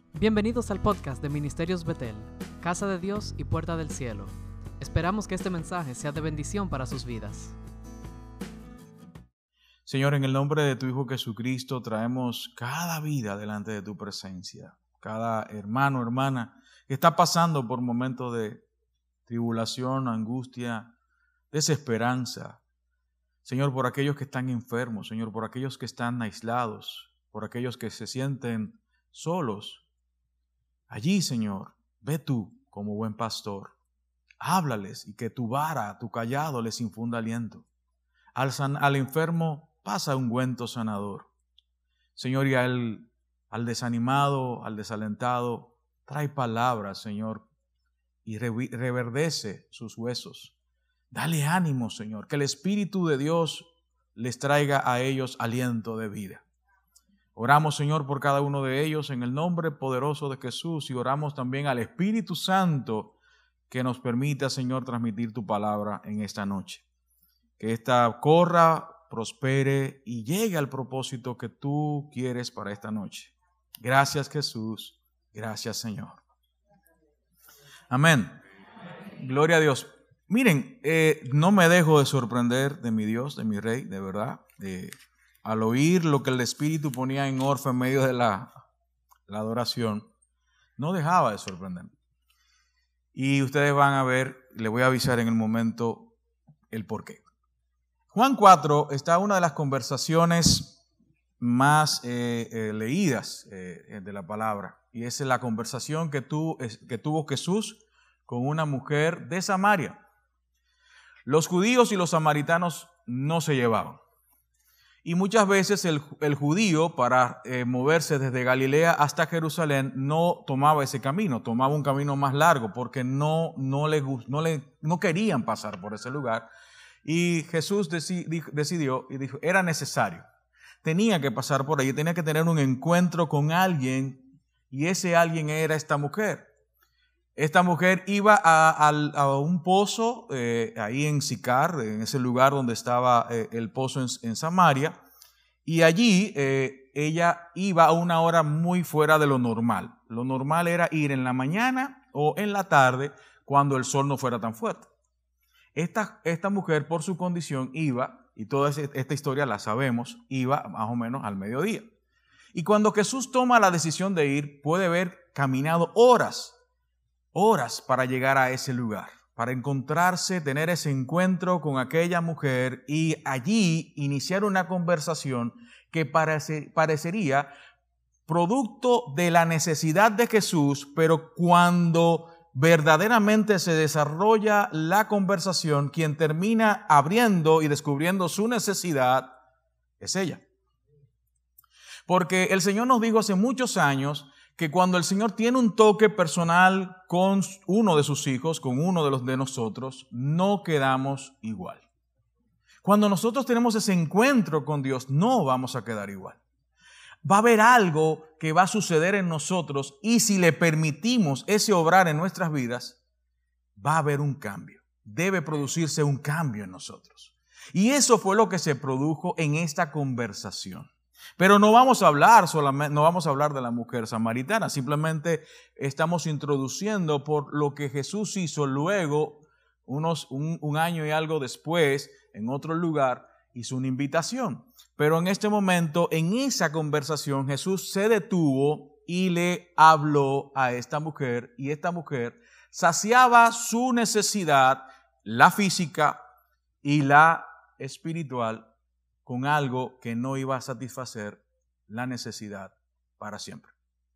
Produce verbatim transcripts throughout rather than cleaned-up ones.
Bienvenidos al podcast de Ministerios Betel, Casa de Dios y Puerta del Cielo. Esperamos que este mensaje sea de bendición para sus vidas. Señor, en el nombre de tu Hijo Jesucristo, traemos cada vida delante de tu presencia. Cada hermano, hermana que está pasando por momentos de tribulación, angustia, desesperanza. Señor, por aquellos que están enfermos, Señor, por aquellos que están aislados, por aquellos que se sienten solos. Allí, Señor, ve tú como buen pastor. Háblales y que tu vara, tu cayado les infunda aliento. Al, san, al enfermo pasa ungüento sanador. Señor, y al, al desanimado, al desalentado, trae palabras, Señor, y re, reverdece sus huesos. Dale ánimo, Señor, que el Espíritu de Dios les traiga a ellos aliento de vida. Oramos, Señor, por cada uno de ellos en el nombre poderoso de Jesús y oramos también al Espíritu Santo que nos permita, Señor, transmitir tu palabra en esta noche. Que esta corra, prospere y llegue al propósito que tú quieres para esta noche. Gracias, Jesús. Gracias, Señor. Amén. Gloria a Dios. Miren, eh, no me dejo de sorprender de mi Dios, de mi Rey, de verdad. Eh, al oír lo que el Espíritu ponía en Orfe en medio de la, la adoración, no dejaba de sorprenderme. Y ustedes van a ver, les voy a avisar en el momento el porqué. Juan cuatro está una de las conversaciones más eh, eh, leídas eh, de la palabra. Y esa es la conversación que, tu, que tuvo Jesús con una mujer de Samaria. Los judíos y los samaritanos no se llevaban. Y muchas veces el, el judío para eh, moverse desde Galilea hasta Jerusalén no tomaba ese camino, tomaba un camino más largo porque no, no, le, no, le, no querían pasar por ese lugar. Y Jesús decidió y dijo, era necesario, tenía que pasar por allí, tenía que tener un encuentro con alguien y ese alguien era esta mujer. Esta mujer iba a, a, a un pozo eh, ahí en Sicar, en ese lugar donde estaba eh, el pozo en, en Samaria, y allí eh, ella iba a una hora muy fuera de lo normal. Lo normal era ir en la mañana o en la tarde cuando el sol no fuera tan fuerte. Esta, esta mujer por su condición iba, y toda esta historia la sabemos, iba más o menos al mediodía. Y cuando Jesús toma la decisión de ir, puede haber caminado horas, horas para llegar a ese lugar, para encontrarse, tener ese encuentro con aquella mujer y allí iniciar una conversación que parece, parecería producto de la necesidad de Jesús, pero cuando verdaderamente se desarrolla la conversación, quien termina abriendo y descubriendo su necesidad es ella. Porque el Señor nos dijo hace muchos años que cuando el Señor tiene un toque personal con uno de sus hijos, con uno de los de nosotros, no quedamos igual. Cuando nosotros tenemos ese encuentro con Dios, no vamos a quedar igual. Va a haber algo que va a suceder en nosotros y si le permitimos ese obrar en nuestras vidas, va a haber un cambio. Debe producirse un cambio en nosotros. Y eso fue lo que se produjo en esta conversación. Pero no vamos a hablar solamente, no vamos a hablar de la mujer samaritana, simplemente estamos introduciendo por lo que Jesús hizo luego, unos, un, un año y algo después, en otro lugar, hizo una invitación. Pero en este momento, en esa conversación, Jesús se detuvo y le habló a esta mujer, y esta mujer saciaba su necesidad, la física y la espiritual, con algo que no iba a satisfacer la necesidad para siempre.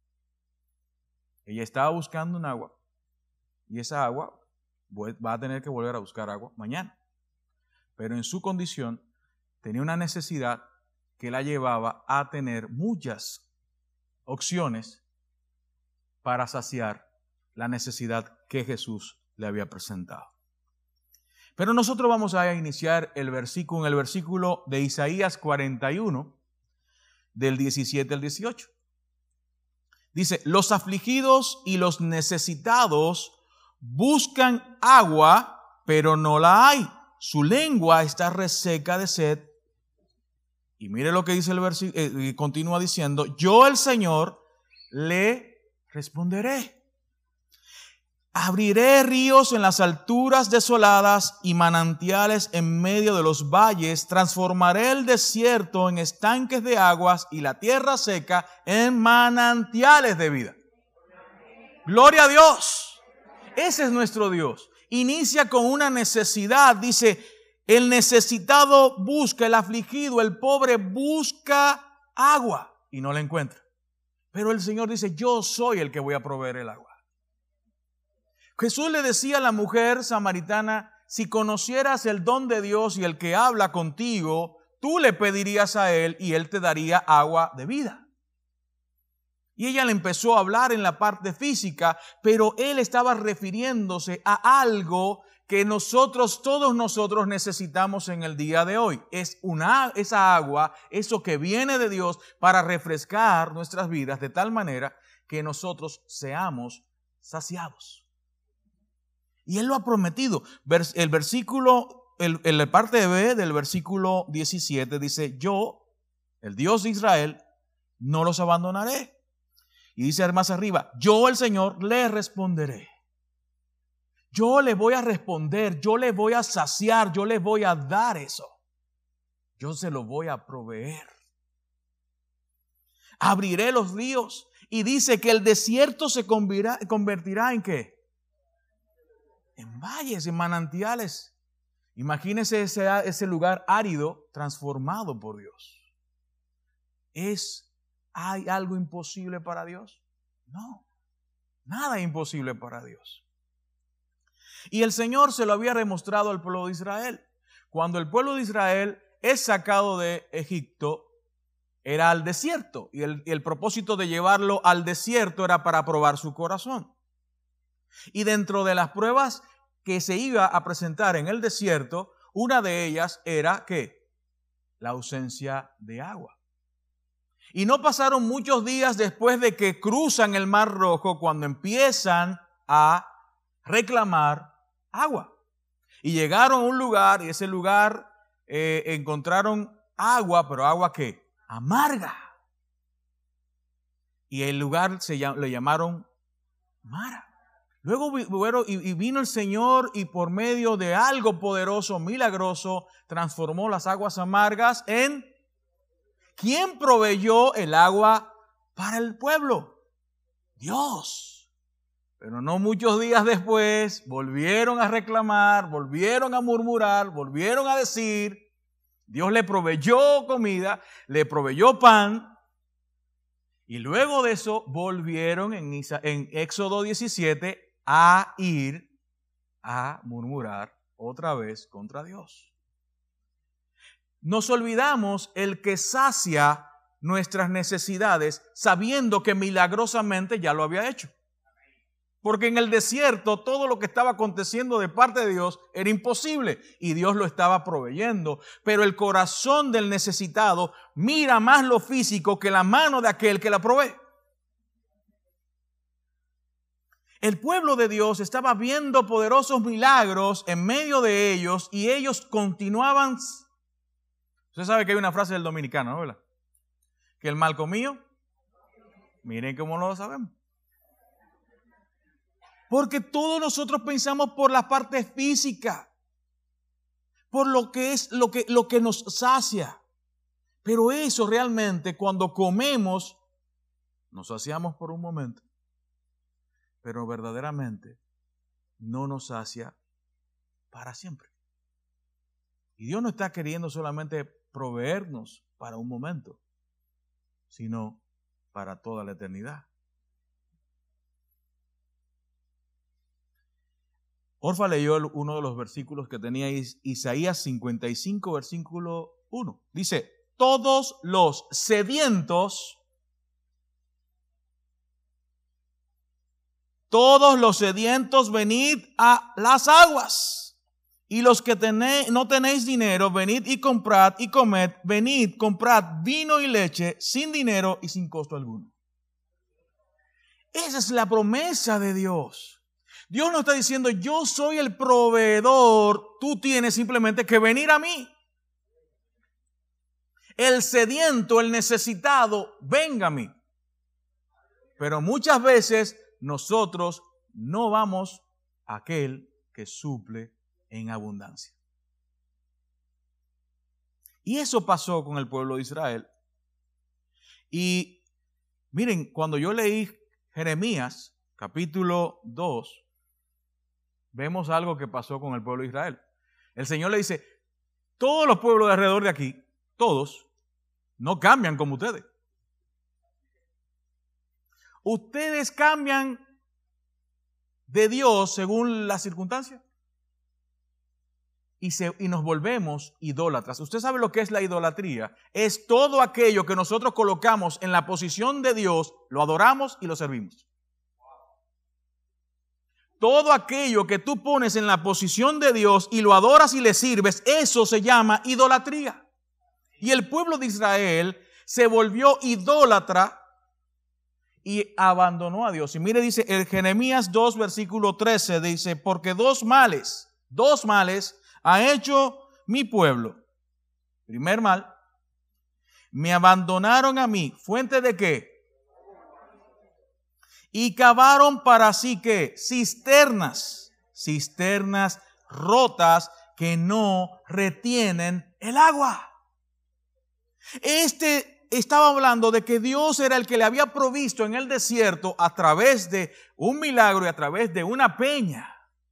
Ella estaba buscando un agua y esa agua va a tener que volver a buscar agua mañana. Pero en su condición tenía una necesidad que la llevaba a tener muchas opciones para saciar la necesidad que Jesús le había presentado. Pero nosotros vamos a iniciar el versículo en el versículo de Isaías cuarenta y uno, del diecisiete al dieciocho. Dice, los afligidos y los necesitados buscan agua, pero no la hay. Su lengua está reseca de sed. Y mire lo que dice el versículo, eh, continúa diciendo, yo el Señor le responderé. Abriré ríos en las alturas desoladas y manantiales en medio de los valles. Transformaré el desierto en estanques de aguas y la tierra seca en manantiales de vida. Gloria a Dios. Ese es nuestro Dios. Inicia con una necesidad. Dice, el necesitado busca, el afligido, el pobre busca agua y no la encuentra. Pero el Señor dice, yo soy el que voy a proveer el agua. Jesús le decía a la mujer samaritana, si conocieras el don de Dios y el que habla contigo, tú le pedirías a Él y Él te daría agua de vida. Y ella le empezó a hablar en la parte física, pero Él estaba refiriéndose a algo que nosotros, todos nosotros necesitamos en el día de hoy. Es una, esa agua, eso que viene de Dios para refrescar nuestras vidas de tal manera que nosotros seamos saciados. Y Él lo ha prometido. El versículo, el, el, la parte B del versículo diecisiete dice, yo, el Dios de Israel, no los abandonaré. Y dice más arriba, yo el Señor le responderé. Yo le voy a responder, yo le voy a saciar, yo le voy a dar eso. Yo se lo voy a proveer. Abriré los ríos y dice que el desierto se convertirá, convertirá en ¿qué? En valles, en manantiales. Imagínese ese, ese lugar árido transformado por Dios. ¿Es, ¿Hay algo imposible para Dios? No, nada es imposible para Dios. Y el Señor se lo había demostrado al pueblo de Israel. Cuando el pueblo de Israel es sacado de Egipto, era al desierto. Y el, y el propósito de llevarlo al desierto era para probar su corazón. Y dentro de las pruebas que se iba a presentar en el desierto, una de ellas era ¿qué? La ausencia de agua. Y no pasaron muchos días después de que cruzan el Mar Rojo cuando empiezan a reclamar agua. Y llegaron a un lugar y ese lugar eh, encontraron agua, pero agua ¿qué? Amarga. Y el lugar se le llamaron Mara. Luego vino el Señor y por medio de algo poderoso, milagroso, transformó las aguas amargas en... ¿Quién proveyó el agua para el pueblo? Dios. Pero no muchos días después volvieron a reclamar, volvieron a murmurar, volvieron a decir, Dios le proveyó comida, le proveyó pan. Y luego de eso volvieron en, en Éxodo diecisiete a ir a murmurar otra vez contra Dios. Nos olvidamos el que sacia nuestras necesidades sabiendo que milagrosamente ya lo había hecho. Porque en el desierto todo lo que estaba aconteciendo de parte de Dios era imposible y Dios lo estaba proveyendo. Pero el corazón del necesitado mira más lo físico que la mano de aquel que la provee. El pueblo de Dios estaba viendo poderosos milagros en medio de ellos y ellos continuaban. Usted sabe que hay una frase del dominicano, ¿no? ¿Verdad? Que el mal comido, miren cómo no lo sabemos. Porque todos nosotros pensamos por la parte física, por lo que es lo que, lo que nos sacia. Pero eso realmente cuando comemos, nos saciamos por un momento. Pero verdaderamente no nos sacia para siempre. Y Dios no está queriendo solamente proveernos para un momento, sino para toda la eternidad. Orfa leyó uno de los versículos que tenía Isaías cincuenta y cinco, versículo uno. Dice, todos los sedientos, todos los sedientos venid a las aguas. Y los que tenéis, no tenéis dinero, venid y comprad y comed, venid, comprad vino y leche sin dinero y sin costo alguno. Esa es la promesa de Dios. Dios no está diciendo, yo soy el proveedor, tú tienes simplemente que venir a mí. El sediento, el necesitado, venga a mí. Pero muchas veces nosotros no vamos a aquel que suple en abundancia. Y eso pasó con el pueblo de Israel. Y miren, cuando yo leí Jeremías, capítulo dos, vemos algo que pasó con el pueblo de Israel. El Señor le dice, todos los pueblos de alrededor de aquí, todos, no cambian como ustedes. Ustedes cambian de Dios según las circunstancias. Y, se, y nos volvemos idólatras. ¿Usted sabe lo que es la idolatría? Es todo aquello que nosotros colocamos en la posición de Dios, lo adoramos y lo servimos. Todo aquello que tú pones en la posición de Dios y lo adoras y le sirves, eso se llama idolatría. Y el pueblo de Israel se volvió idólatra y abandonó a Dios. Y mire, dice el Jeremías dos, versículo trece, dice, porque dos males, dos males ha hecho mi pueblo. Primer mal, me abandonaron a mí. ¿Fuente de qué? Y cavaron para sí ¿qué? Cisternas, cisternas rotas que no retienen el agua. Este estaba hablando de que Dios era el que le había provisto en el desierto a través de un milagro y a través de una peña.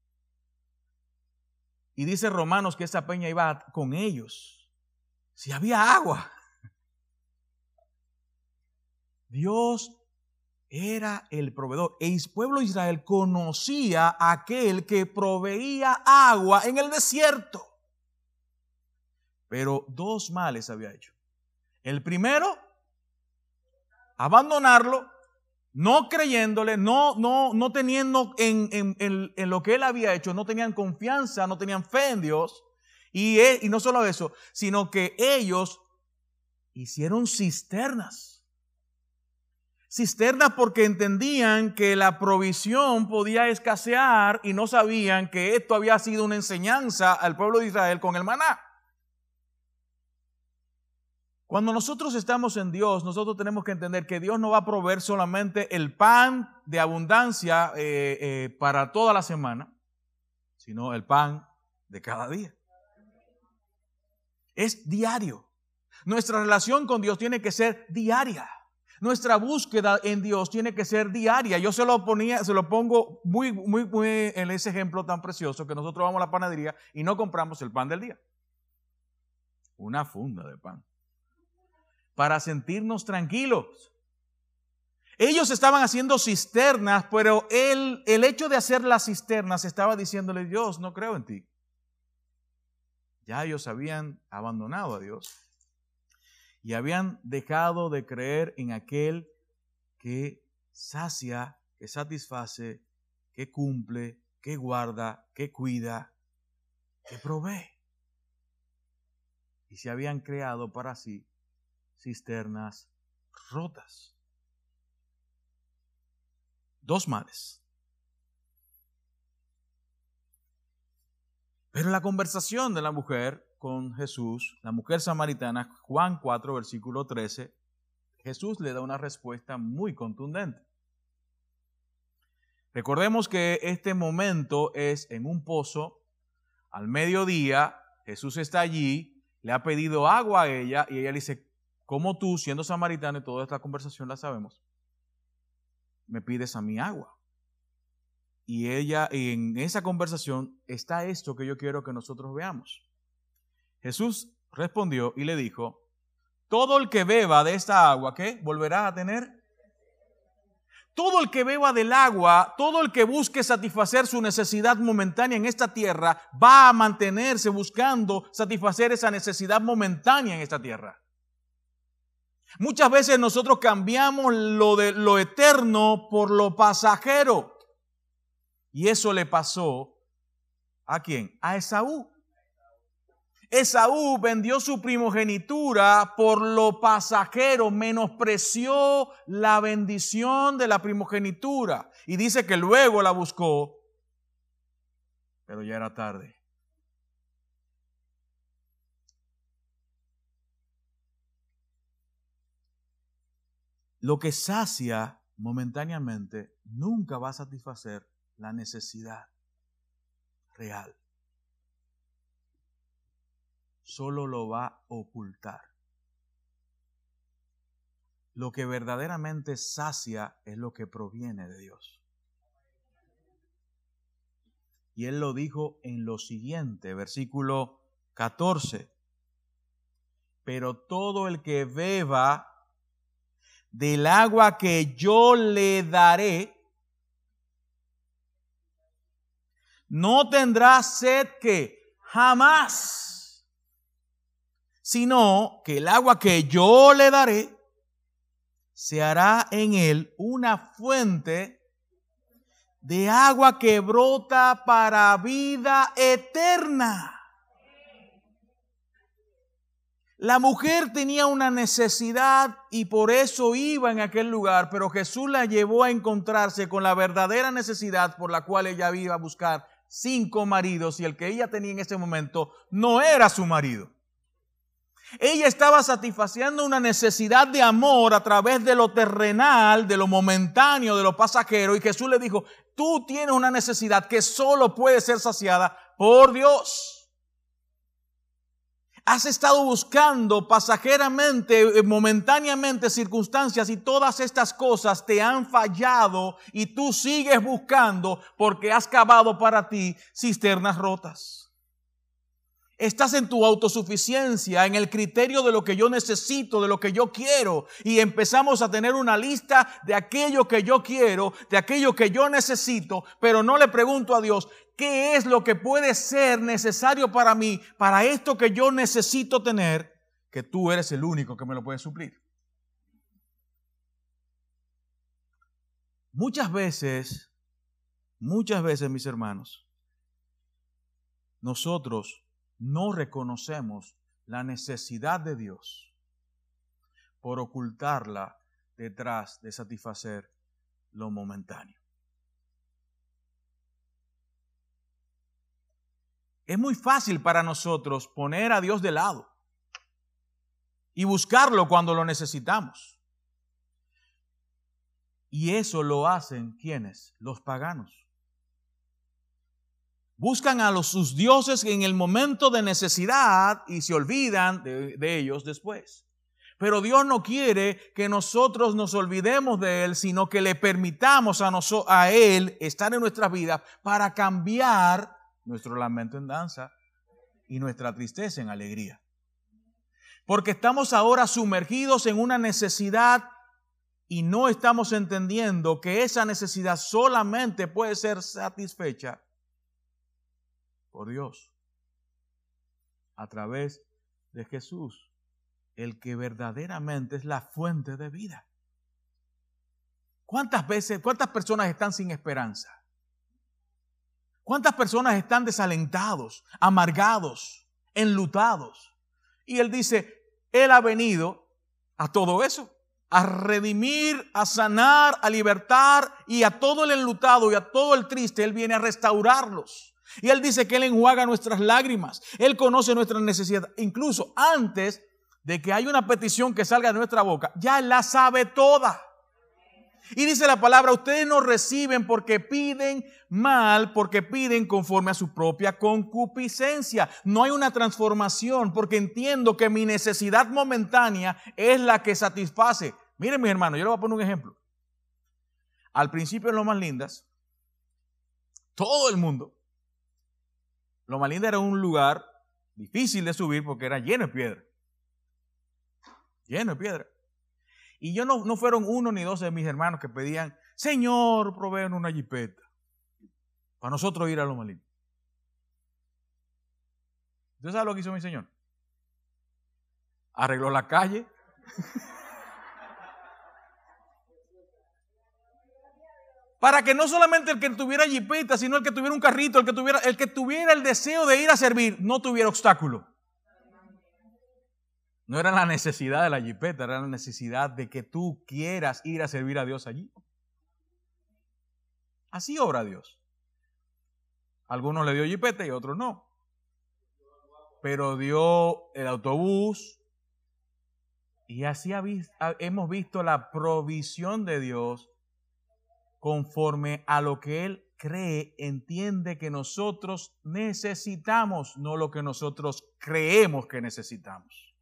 Y dice Romanos que esa peña iba con ellos. Si había agua. Dios era el proveedor. El pueblo de Israel conocía a aquel que proveía agua en el desierto. Pero dos males había hecho. El primero, abandonarlo, no creyéndole, no, no, no teniendo en, en, en, en lo que él había hecho, no tenían confianza, no tenían fe en Dios. Y, él, y no solo eso, sino que ellos hicieron cisternas. Cisternas porque entendían que la provisión podía escasear y no sabían que esto había sido una enseñanza al pueblo de Israel con el maná. Cuando nosotros estamos en Dios, nosotros tenemos que entender que Dios no va a proveer solamente el pan de abundancia eh, eh, para toda la semana, sino el pan de cada día. Es diario. Nuestra relación con Dios tiene que ser diaria. Nuestra búsqueda en Dios tiene que ser diaria. Yo se lo ponía, se lo pongo muy, muy, muy en ese ejemplo tan precioso que nosotros vamos a la panadería y no compramos el pan del día. Una funda de pan. Para sentirnos tranquilos. Ellos estaban haciendo cisternas, pero él, el hecho de hacer las cisternas estaba diciéndole, Dios, no creo en ti. Ya ellos habían abandonado a Dios y habían dejado de creer en aquel que sacia, que satisface, que cumple, que guarda, que cuida, que provee. Y se habían creado para sí cisternas rotas. Dos males. Pero la conversación de la mujer con Jesús, la mujer samaritana, Juan cuatro, versículo trece, Jesús le da una respuesta muy contundente. Recordemos que este momento es en un pozo, al mediodía, Jesús está allí, le ha pedido agua a ella y ella le dice, ¿cómo tú, siendo samaritana, y toda esta conversación la sabemos, me pides a mí agua? Y ella, y en esa conversación está esto que yo quiero que nosotros veamos. Jesús respondió y le dijo, todo el que beba de esta agua, ¿qué? ¿Volverá a tener? Todo el que beba del agua, todo el que busque satisfacer su necesidad momentánea en esta tierra, va a mantenerse buscando satisfacer esa necesidad momentánea en esta tierra. Muchas veces nosotros cambiamos lo de lo eterno por lo pasajero. Y eso le pasó ¿a quién? A Esaú. Esaú vendió su primogenitura por lo pasajero, menospreció la bendición de la primogenitura. Y dice que luego la buscó, pero ya era tarde. Lo que sacia momentáneamente nunca va a satisfacer la necesidad real. Solo lo va a ocultar. Lo que verdaderamente sacia es lo que proviene de Dios. Y Él lo dijo en lo siguiente, versículo catorce. Pero todo el que beba del agua que yo le daré, no tendrá sed que jamás, sino que el agua que yo le daré se hará en él una fuente de agua que brota para vida eterna. La mujer tenía una necesidad y por eso iba en aquel lugar, pero Jesús la llevó a encontrarse con la verdadera necesidad por la cual ella iba a buscar cinco maridos y el que ella tenía en ese momento no era su marido. Ella estaba satisfaciendo una necesidad de amor a través de lo terrenal, de lo momentáneo, de lo pasajero, y Jesús le dijo, tú tienes una necesidad que solo puede ser saciada por Dios. Has estado buscando pasajeramente, momentáneamente circunstancias y todas estas cosas te han fallado y tú sigues buscando porque has cavado para ti cisternas rotas. Estás en tu autosuficiencia, en el criterio de lo que yo necesito, de lo que yo quiero. Y empezamos a tener una lista de aquello que yo quiero, de aquello que yo necesito, pero no le pregunto a Dios, ¿qué es lo que puede ser necesario para mí, para esto que yo necesito tener? Que tú eres el único que me lo puede suplir. Muchas veces, muchas veces, mis hermanos, nosotros no reconocemos la necesidad de Dios por ocultarla detrás de satisfacer lo momentáneo. Es muy fácil para nosotros poner a Dios de lado y buscarlo cuando lo necesitamos. Y eso lo hacen ¿quiénes? Los paganos. Buscan a los, sus dioses en el momento de necesidad y se olvidan de, de ellos después. Pero Dios no quiere que nosotros nos olvidemos de Él, sino que le permitamos a, noso, a Él estar en nuestras vidas para cambiar nuestro lamento en danza y nuestra tristeza en alegría. Porque estamos ahora sumergidos en una necesidad y no estamos entendiendo que esa necesidad solamente puede ser satisfecha por Dios, a través de Jesús, el que verdaderamente es la fuente de vida. ¿Cuántas veces, cuántas personas están sin esperanza? ¿Cuántas personas están desalentados, amargados, enlutados? Y Él dice, Él ha venido a todo eso, a redimir, a sanar, a libertar, y a todo el enlutado y a todo el triste, Él viene a restaurarlos. Y Él dice que Él enjuaga nuestras lágrimas. Él conoce nuestras necesidades. Incluso antes de que haya una petición que salga de nuestra boca, ya Él la sabe toda. Y dice la palabra, ustedes no reciben porque piden mal, porque piden conforme a su propia concupiscencia. No hay una transformación porque entiendo que mi necesidad momentánea es la que satisface. Miren, mis hermanos, yo les voy a poner un ejemplo. Al principio en Lomas Lindas, todo el mundo, Lomas Lindas era un lugar difícil de subir porque era lleno de piedra. Lleno de piedra. Y yo no, no fueron uno ni dos de mis hermanos que pedían, Señor, provéenos una jipeta para nosotros ir a Lomas Lindas. ¿Usted sabe lo que hizo mi Señor? Arregló la calle. Para que no solamente el que tuviera jipeta, sino el que tuviera un carrito, el que tuviera, el que tuviera el deseo de ir a servir, no tuviera obstáculo. No era la necesidad de la jipeta, era la necesidad de que tú quieras ir a servir a Dios allí. Así obra Dios. A algunos le dio jipeta y a otros no. Pero dio el autobús. Y así hemos visto la provisión de Dios conforme a lo que Él cree, entiende que nosotros necesitamos, no lo que nosotros creemos que necesitamos.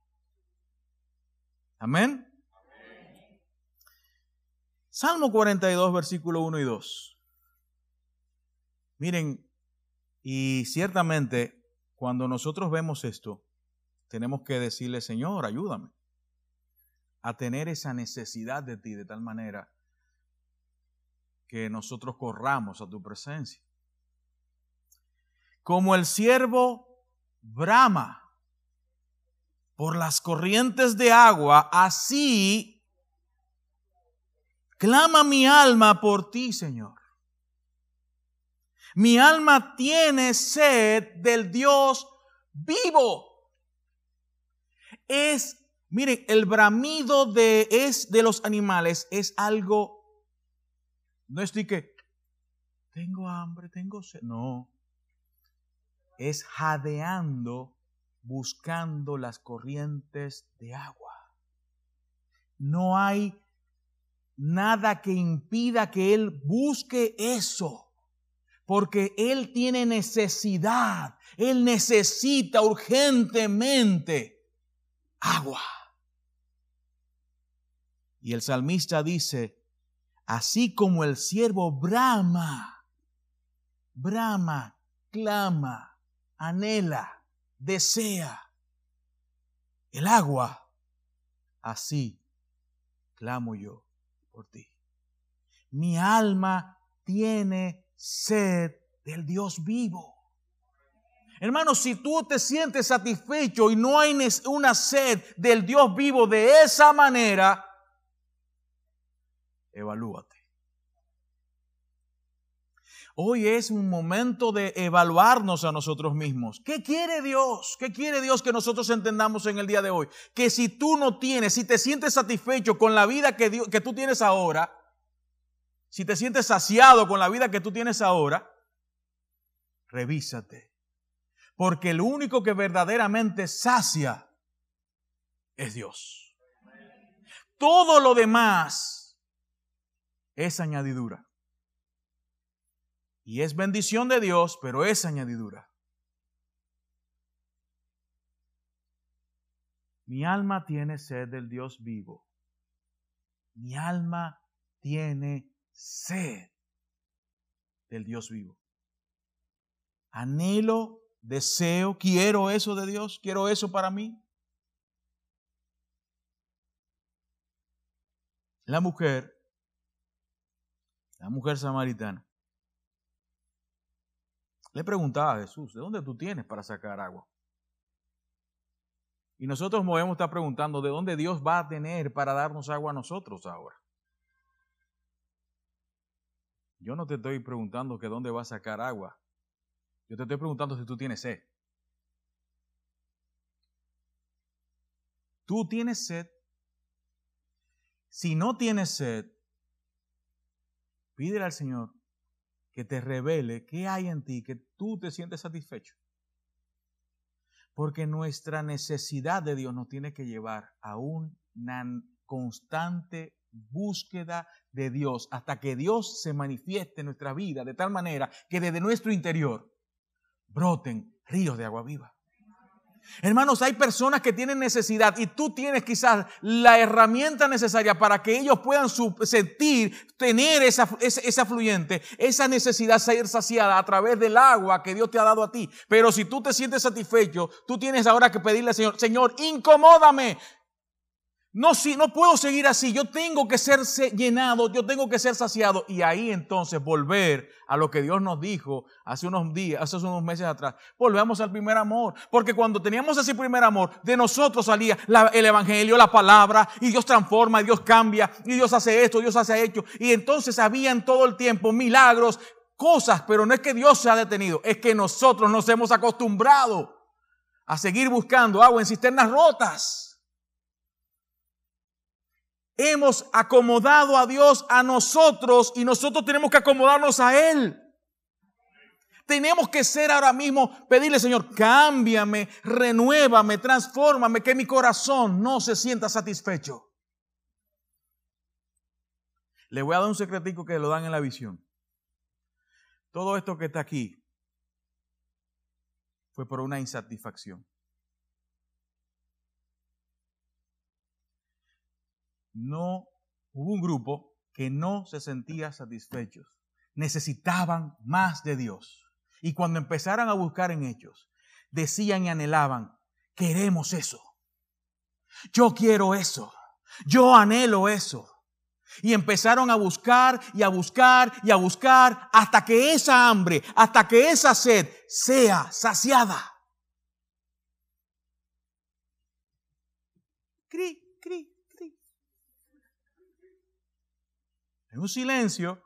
Amén. Amén. Salmo cuarenta y dos, versículo uno y dos. Miren, y ciertamente cuando nosotros vemos esto, tenemos que decirle, Señor, ayúdame a tener esa necesidad de ti de tal manera que nosotros corramos a tu presencia. Como el ciervo brama por las corrientes de agua, así clama mi alma por ti, Señor. Mi alma tiene sed del Dios vivo. Es, miren, el bramido de, es, de los animales es algo. No es de que tengo hambre, tengo sed. No. Es jadeando, buscando las corrientes de agua. No hay nada que impida que él busque eso. Porque él tiene necesidad. Él necesita urgentemente agua. Y el salmista dice, así como el siervo brama, brama, clama, anhela, desea el agua, así clamo yo por ti. Mi alma tiene sed del Dios vivo. Hermano, si tú te sientes satisfecho y no hay una sed del Dios vivo de esa manera, evalúate. Hoy es un momento de evaluarnos a nosotros mismos. ¿Qué quiere Dios? ¿Qué quiere Dios que nosotros entendamos en el día de hoy? Que si tú no tienes, si te sientes satisfecho con la vida que, Dios, que tú tienes ahora, si te sientes saciado con la vida que tú tienes ahora, revísate. Porque el único que verdaderamente sacia es Dios. Todo lo demás es añadidura. Y es bendición de Dios, pero es añadidura. Mi alma tiene sed del Dios vivo. Mi alma tiene sed del Dios vivo. Anhelo, deseo, quiero eso de Dios, quiero eso para mí. La mujer, la mujer samaritana, le preguntaba a Jesús, ¿de dónde tú tienes para sacar agua? Y nosotros podemos estar preguntando, ¿de dónde Dios va a tener para darnos agua a nosotros ahora? Yo no te estoy preguntando que dónde va a sacar agua. Yo te estoy preguntando si tú tienes sed. ¿Tú tienes sed? Si no tienes sed, pídele al Señor que te revele qué hay en ti que tú te sientes satisfecho. Porque nuestra necesidad de Dios nos tiene que llevar a una constante búsqueda de Dios hasta que Dios se manifieste en nuestra vida de tal manera que desde nuestro interior broten ríos de agua viva. Hermanos, hay personas que tienen necesidad y tú tienes quizás la herramienta necesaria para que ellos puedan sentir, tener esa, esa, esa fluyente, esa necesidad ser saciada a través del agua que Dios te ha dado a ti. Pero si tú te sientes satisfecho, tú tienes ahora que pedirle al Señor, Señor, incomódame. No, si, no puedo seguir así, yo tengo que ser llenado, yo tengo que ser saciado. Y ahí entonces volver a lo que Dios nos dijo hace unos días, hace unos meses atrás. Volvemos al primer amor. Porque cuando teníamos ese primer amor, de nosotros salía la, el evangelio, la palabra, y Dios transforma, y Dios cambia, y Dios hace esto, Dios hace esto. Y entonces habían todo el tiempo milagros, cosas, pero no es que Dios se ha detenido, es que nosotros nos hemos acostumbrado a seguir buscando agua en cisternas rotas. Hemos acomodado a Dios a nosotros y nosotros tenemos que acomodarnos a Él. Tenemos que ser ahora mismo, pedirle, Señor, cámbiame, renuévame, transfórmame, que mi corazón no se sienta satisfecho. Le voy a dar un secretico que lo dan en la visión. Todo esto que está aquí fue por una insatisfacción. No hubo un grupo que no se sentía satisfechos. Necesitaban más de Dios. Y cuando empezaron a buscar en Hechos, decían y anhelaban, queremos eso. Yo quiero eso. Yo anhelo eso. Y empezaron a buscar y a buscar y a buscar hasta que esa hambre, hasta que esa sed sea saciada. Cri, cri, cri. En un silencio.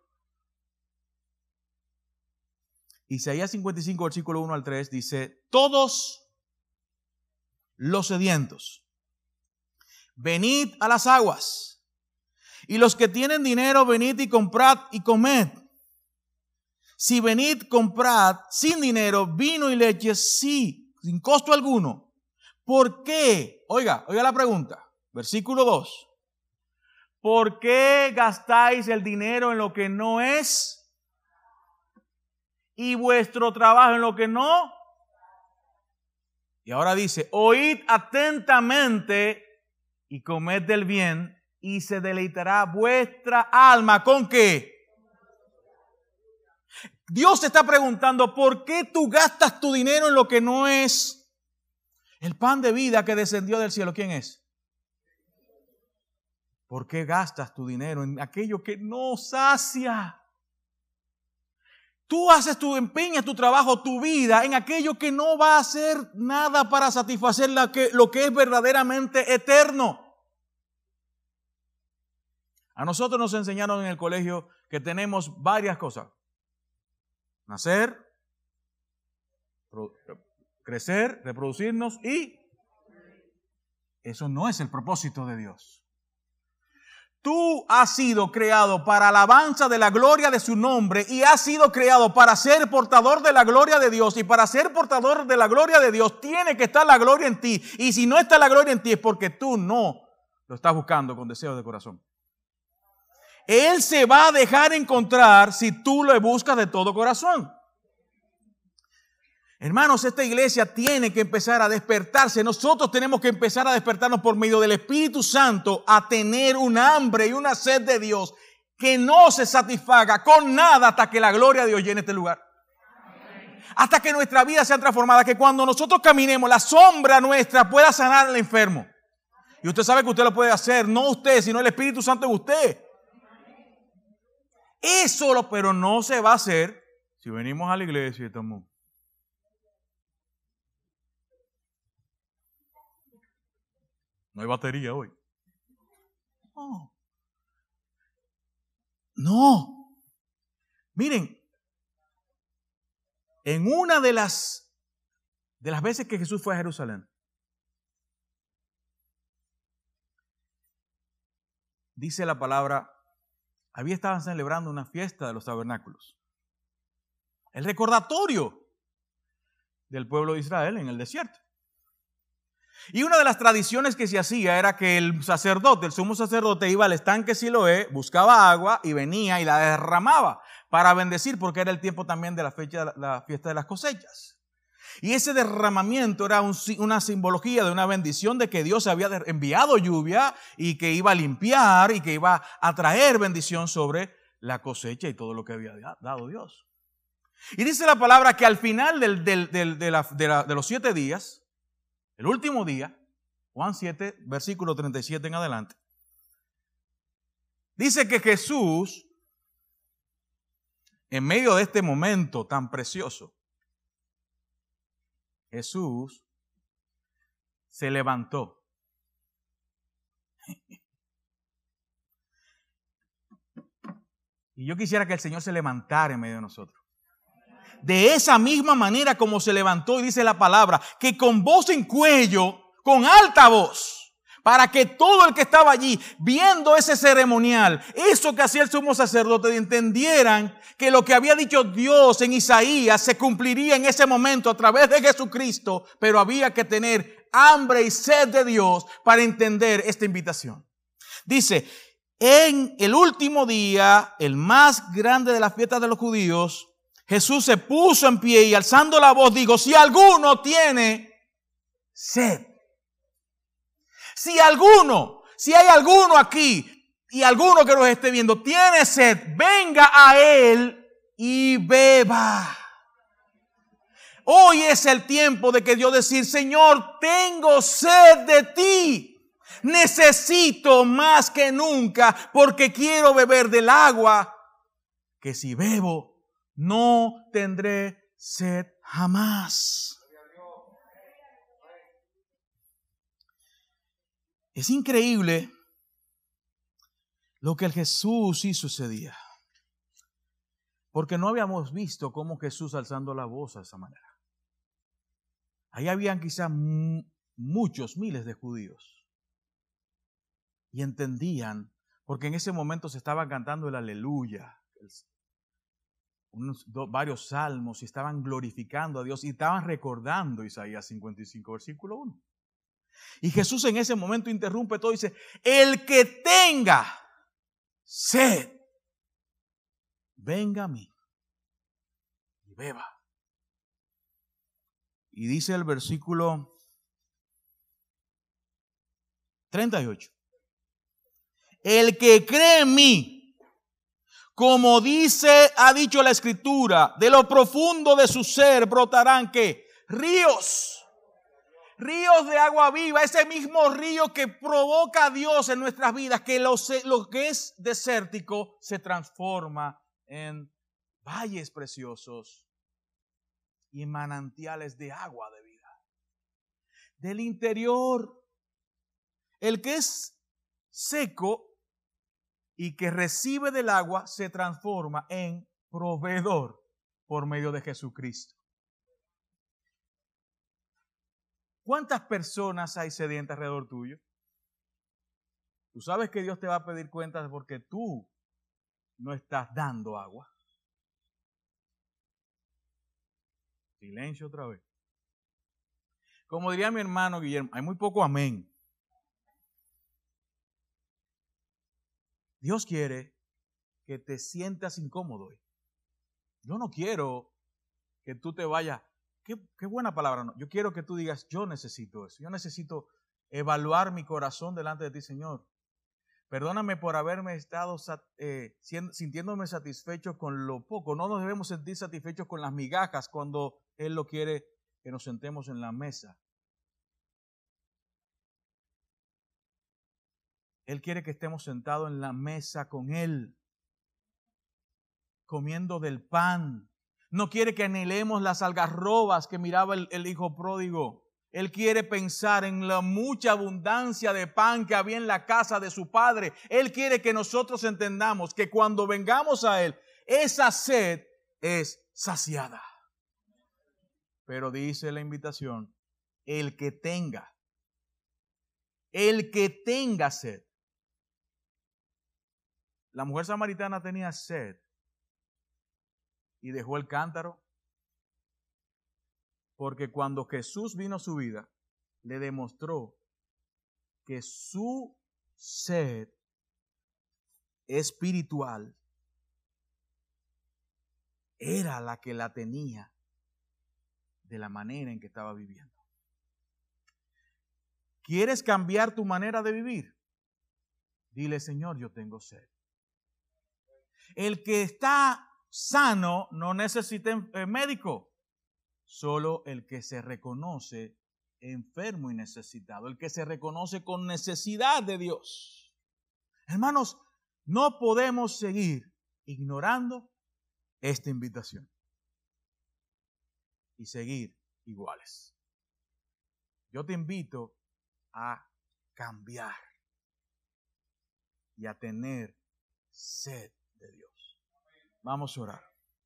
Isaías cincuenta y cinco, versículo uno al tres dice, todos los sedientos, venid a las aguas. Y los que tienen dinero, venid y comprad y comed. Si venid, comprad sin dinero, vino y leche, sí, sin costo alguno. ¿Por qué? Oiga, oiga la pregunta. Versículo dos. ¿Por qué gastáis el dinero en lo que no es? Y vuestro trabajo en lo que no. Y ahora dice, oíd atentamente y comed del bien. Y se deleitará vuestra alma. ¿Con qué? Dios te está preguntando, ¿por qué tú gastas tu dinero en lo que no es el pan de vida que descendió del cielo? ¿Quién es? ¿Por qué gastas tu dinero en aquello que no sacia? Tú haces tu empeño, tu trabajo, tu vida en aquello que no va a hacer nada para satisfacer lo que, lo que es verdaderamente eterno. A nosotros nos enseñaron en el colegio que tenemos varias cosas. Nacer, crecer, reproducirnos y eso no es el propósito de Dios. Tú has sido creado para alabanza de la gloria de su nombre y has sido creado para ser portador de la gloria de Dios. Y para ser portador de la gloria de Dios tiene que estar la gloria en ti. Y si no está la gloria en ti es porque tú no lo estás buscando con deseo de corazón. Él se va a dejar encontrar si tú lo buscas de todo corazón. Hermanos, esta iglesia tiene que empezar a despertarse. Nosotros tenemos que empezar a despertarnos por medio del Espíritu Santo a tener un hambre y una sed de Dios que no se satisfaga con nada hasta que la gloria de Dios llene este lugar. Hasta que nuestra vida sea transformada, que cuando nosotros caminemos la sombra nuestra pueda sanar al enfermo. Y usted sabe que usted lo puede hacer, no usted, sino el Espíritu Santo en usted. Eso, lo, pero no se va a hacer si venimos a la iglesia y estamos. No hay batería hoy. No. No. Miren, en una de las, de las veces que Jesús fue a Jerusalén, dice la palabra, había estaban celebrando una fiesta de los tabernáculos. El recordatorio del pueblo de Israel en el desierto. Y una de las tradiciones que se hacía era que el sacerdote, el sumo sacerdote, iba al estanque Siloé, buscaba agua y venía y la derramaba para bendecir, porque era el tiempo también de la fecha de la fiesta de las cosechas. Y ese derramamiento era un, una simbología de una bendición de que Dios había enviado lluvia y que iba a limpiar y que iba a traer bendición sobre la cosecha y todo lo que había dado Dios. Y dice la palabra que al final del, del, del, de, la, de, la, de los siete días, el último día, Juan siete, versículo treinta y siete en adelante, dice que Jesús, en medio de este momento tan precioso, Jesús se levantó. Y yo quisiera que el Señor se levantara en medio de nosotros. De esa misma manera como se levantó, y dice la palabra, que con voz en cuello, con alta voz, para que todo el que estaba allí viendo ese ceremonial, eso que hacía el sumo sacerdote, entendieran que lo que había dicho Dios en Isaías se cumpliría en ese momento a través de Jesucristo, pero había que tener hambre y sed de Dios para entender esta invitación. Dice, En el último día, el más grande de las fiestas de los judíos, Jesús se puso en pie y alzando la voz dijo, si alguno tiene sed, si alguno, si hay alguno aquí y alguno que nos esté viendo tiene sed, venga a él y beba. Hoy es el tiempo de que Dios decir, Señor, tengo sed de ti. Necesito más que nunca porque quiero beber del agua que si bebo no tendré sed jamás. Es increíble lo que el Jesús hizo ese día. Porque no habíamos visto cómo Jesús alzando la voz de esa manera. Ahí habían quizás muchos, miles de judíos. Y entendían, porque en ese momento se estaban cantando el aleluya, unos, do, varios salmos, y estaban glorificando a Dios, y estaban recordando Isaías cincuenta y cinco, versículo uno. Y Jesús en ese momento interrumpe todo y dice, el que tenga sed, venga a mí y beba. Y dice el versículo treinta y ocho. El que cree en mí, como dice, ha dicho la Escritura, de lo profundo de su ser brotarán ¿qué? Ríos. Ríos de agua viva, ese mismo río que provoca a Dios en nuestras vidas, que lo, lo que es desértico se transforma en valles preciosos y manantiales de agua de vida. Del interior, el que es seco y que recibe del agua se transforma en proveedor por medio de Jesucristo. ¿Cuántas personas hay sedientas alrededor tuyo? Tú sabes que Dios te va a pedir cuentas porque tú no estás dando agua. Silencio otra vez. Como diría mi hermano Guillermo, hay muy poco amén. Dios quiere que te sientas incómodo hoy. Yo no quiero que tú te vayas. Qué, qué buena palabra. No. Yo quiero que tú digas, yo necesito eso. Yo necesito evaluar mi corazón delante de ti, Señor. Perdóname por haberme estado eh, sintiéndome satisfecho con lo poco. No nos debemos sentir satisfechos con las migajas cuando Él lo quiere que nos sentemos en la mesa. Él quiere que estemos sentados en la mesa con Él, comiendo del pan. No quiere que anhelemos las algarrobas que miraba el, el hijo pródigo. Él quiere pensar en la mucha abundancia de pan que había en la casa de su padre. Él quiere que nosotros entendamos que cuando vengamos a Él, esa sed es saciada. Pero dice la invitación, el que tenga, el que tenga sed. La mujer samaritana tenía sed y dejó el cántaro porque cuando Jesús vino a su vida, le demostró que su sed espiritual era la que la tenía de la manera en que estaba viviendo. ¿Quieres cambiar tu manera de vivir? Dile, Señor, yo tengo sed. El que está sano no necesita médico, solo el que se reconoce enfermo y necesitado, el que se reconoce con necesidad de Dios. Hermanos, no podemos seguir ignorando esta invitación y seguir iguales. Yo te invito a cambiar y a tener sed de Dios. Vamos a orar.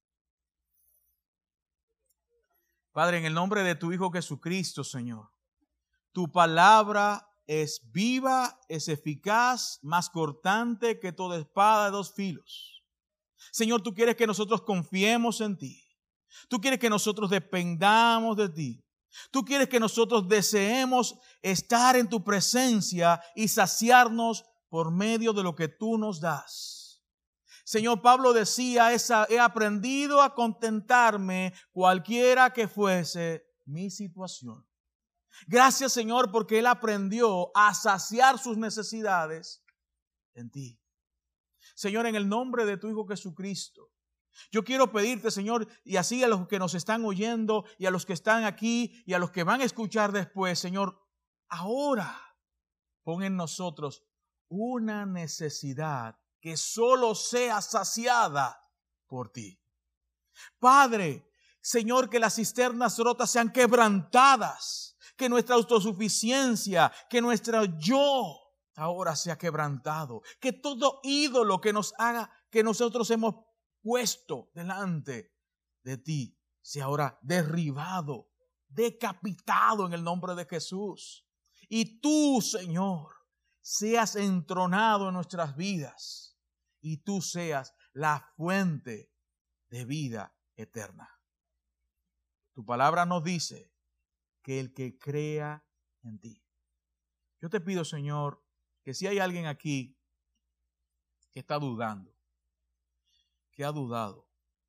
Padre, en el nombre de tu Hijo Jesucristo, Señor, tu palabra es viva, es eficaz, más cortante que toda espada de dos filos. Señor, tú quieres que nosotros confiemos en ti. Tú quieres que nosotros dependamos de ti. Tú quieres que nosotros deseemos estar en tu presencia y saciarnos por medio de lo que tú nos das. Señor, Pablo decía, esa, he aprendido a contentarme cualquiera que fuese mi situación. Gracias, Señor, porque él aprendió a saciar sus necesidades en ti. Señor, en el nombre de tu Hijo Jesucristo, yo quiero pedirte, Señor, y así a los que nos están oyendo y a los que están aquí y a los que van a escuchar después, Señor, ahora pon en nosotros una necesidad que solo sea saciada por ti. Padre, Señor, que las cisternas rotas sean quebrantadas, que nuestra autosuficiencia, que nuestro yo ahora sea quebrantado, que todo ídolo que nos haga, que nosotros hemos puesto delante de ti, sea ahora derribado, decapitado en el nombre de Jesús. Y tú, Señor, seas entronado en nuestras vidas y tú seas la fuente de vida eterna. Tu palabra nos dice que el que crea en ti. Yo te pido, Señor, que si hay alguien aquí que está dudando, que ha dudado,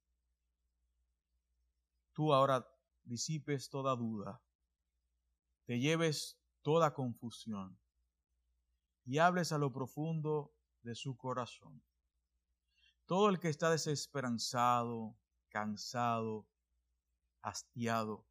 tú ahora disipes toda duda, te lleves toda confusión y hables a lo profundo de su corazón. Todo el que está desesperanzado, cansado, hastiado,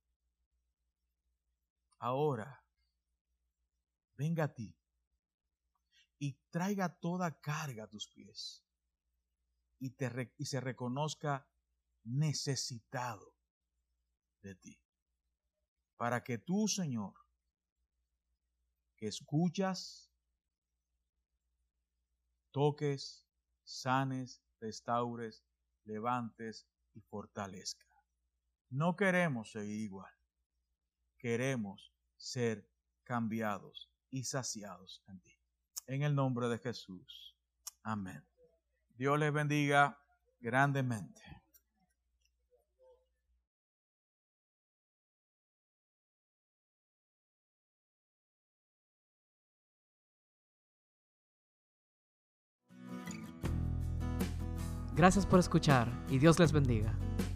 ahora venga a ti y traiga toda carga a tus pies y, te, y se reconozca necesitado de ti. Para que tú, Señor, que escuchas, toques, sanes, restaures, levantes y fortalezcas. No queremos seguir igual. Queremos ser cambiados y saciados en ti. En el nombre de Jesús. Amén. Dios les bendiga grandemente. Gracias por escuchar y Dios les bendiga.